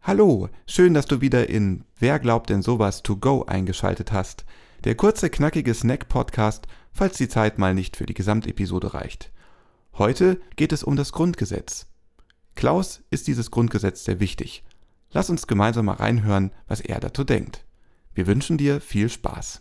Hallo, schön, dass du wieder in Wer glaubt denn sowas to go eingeschaltet hast. Der kurze, knackige Snack-Podcast, falls die Zeit mal nicht für die Gesamtepisode reicht. Heute geht es um das Grundgesetz. Klaus ist dieses Grundgesetz sehr wichtig. Lass uns gemeinsam mal reinhören, was er dazu denkt. Wir wünschen dir viel Spaß.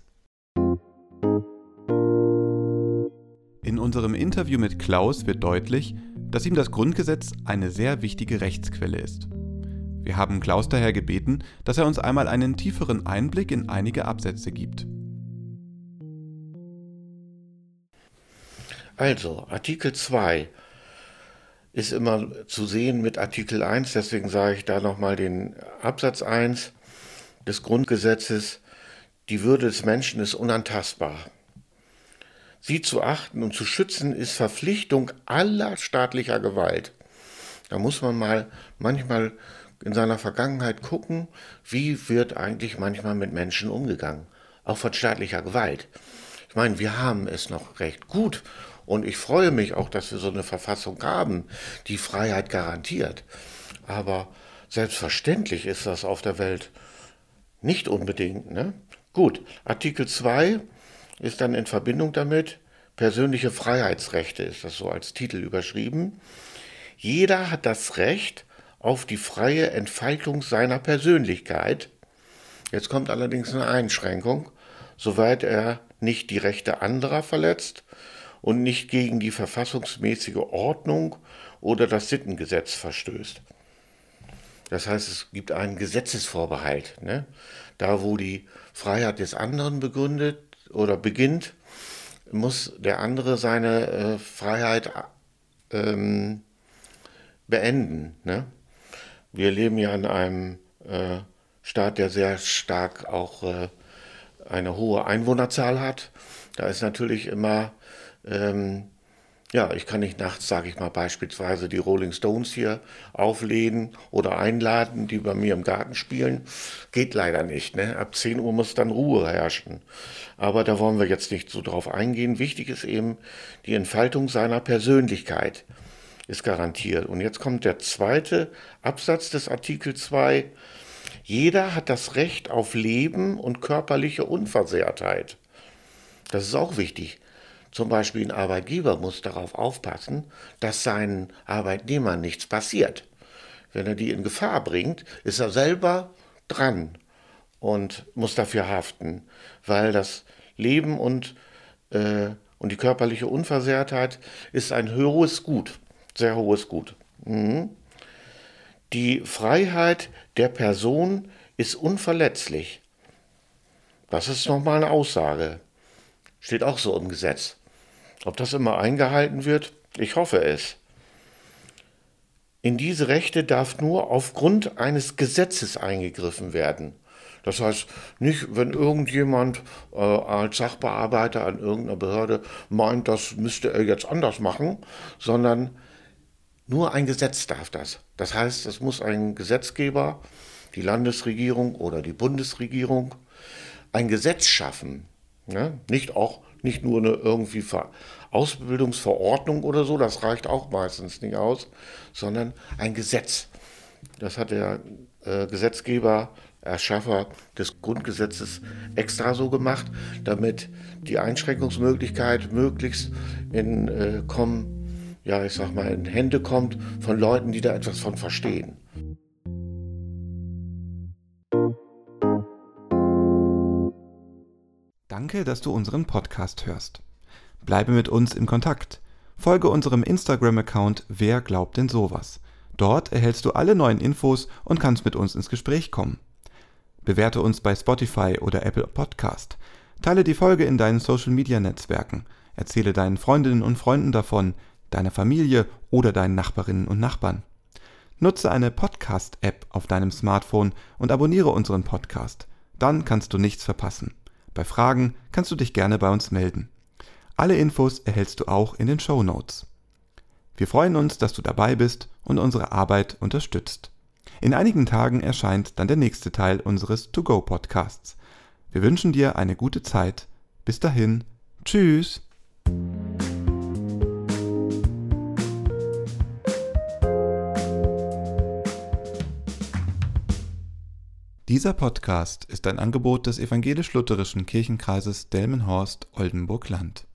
In unserem Interview mit Klaus wird deutlich, dass ihm das Grundgesetz eine sehr wichtige Rechtsquelle ist. Wir haben Klaus daher gebeten, dass er uns einmal einen tieferen Einblick in einige Absätze gibt. Also, Artikel 2 ist immer zu sehen mit Artikel 1, deswegen sage ich da nochmal den Absatz 1 des Grundgesetzes. Die Würde des Menschen ist unantastbar. Sie zu achten und zu schützen ist Verpflichtung aller staatlicher Gewalt. Da muss man mal manchmal in seiner Vergangenheit gucken, wie wird eigentlich manchmal mit Menschen umgegangen, auch von staatlicher Gewalt. Ich meine, wir haben es noch recht gut und ich freue mich auch, dass wir so eine Verfassung haben, die Freiheit garantiert. Aber selbstverständlich ist das auf der Welt nicht unbedingt, ne? Gut, Artikel 2 ist dann in Verbindung damit, persönliche Freiheitsrechte ist das so als Titel überschrieben. Jeder hat das Recht auf die freie Entfaltung seiner Persönlichkeit. Jetzt kommt allerdings eine Einschränkung, soweit er nicht die Rechte anderer verletzt und nicht gegen die verfassungsmäßige Ordnung oder das Sittengesetz verstößt. Das heißt, es gibt einen Gesetzesvorbehalt, ne? Da, wo die Freiheit des anderen begründet oder beginnt, muss der andere seine Freiheit beenden, ne? Wir leben ja in einem Staat, der sehr stark auch eine hohe Einwohnerzahl hat. Da ist natürlich immer, ich kann nicht nachts, sage ich mal, beispielsweise die Rolling Stones hier auflegen oder einladen, die bei mir im Garten spielen. Geht leider nicht, ne? Ab 10 Uhr muss dann Ruhe herrschen. Aber da wollen wir jetzt nicht so drauf eingehen. Wichtig ist eben die Entfaltung seiner Persönlichkeit ist garantiert. Und jetzt kommt der zweite Absatz des Artikel 2. Jeder hat das Recht auf Leben und körperliche Unversehrtheit. Das ist auch wichtig. Zum Beispiel ein Arbeitgeber muss darauf aufpassen, dass seinen Arbeitnehmern nichts passiert. Wenn er die in Gefahr bringt, ist er selber dran und muss dafür haften, weil das Leben und die körperliche Unversehrtheit ist ein hohes Gut, sehr hohes Gut. Die Freiheit der Person ist unverletzlich. Das ist nochmal eine Aussage. Steht auch so im Gesetz. Ob das immer eingehalten wird? Ich hoffe es. In diese Rechte darf nur aufgrund eines Gesetzes eingegriffen werden. Das heißt, nicht, wenn irgendjemand als Sachbearbeiter an irgendeiner Behörde meint, das müsste er jetzt anders machen, sondern nur ein Gesetz darf das. Das heißt, es muss ein Gesetzgeber, die Landesregierung oder die Bundesregierung, ein Gesetz schaffen. Ne? Nicht nur eine irgendwie Ausbildungsverordnung oder so, das reicht auch meistens nicht aus, sondern ein Gesetz. Das hat der Gesetzgeber, Erschaffer des Grundgesetzes extra so gemacht, damit die Einschränkungsmöglichkeit möglichst in Hände kommt von Leuten, die da etwas von verstehen. Danke, dass du unseren Podcast hörst. Bleibe mit uns in Kontakt. Folge unserem Instagram-Account Wer glaubt denn sowas? Dort erhältst du alle neuen Infos und kannst mit uns ins Gespräch kommen. Bewerte uns bei Spotify oder Apple Podcast. Teile die Folge in deinen Social-Media-Netzwerken. Erzähle deinen Freundinnen und Freunden davon, deiner Familie oder deinen Nachbarinnen und Nachbarn. Nutze eine Podcast-App auf deinem Smartphone und abonniere unseren Podcast. Dann kannst du nichts verpassen. Bei Fragen kannst du dich gerne bei uns melden. Alle Infos erhältst du auch in den Shownotes. Wir freuen uns, dass du dabei bist und unsere Arbeit unterstützt. In einigen Tagen erscheint dann der nächste Teil unseres To-Go-Podcasts. Wir wünschen dir eine gute Zeit. Bis dahin. Tschüss. Dieser Podcast ist ein Angebot des Evangelisch-Lutherischen Kirchenkreises Delmenhorst-Oldenburg-Land.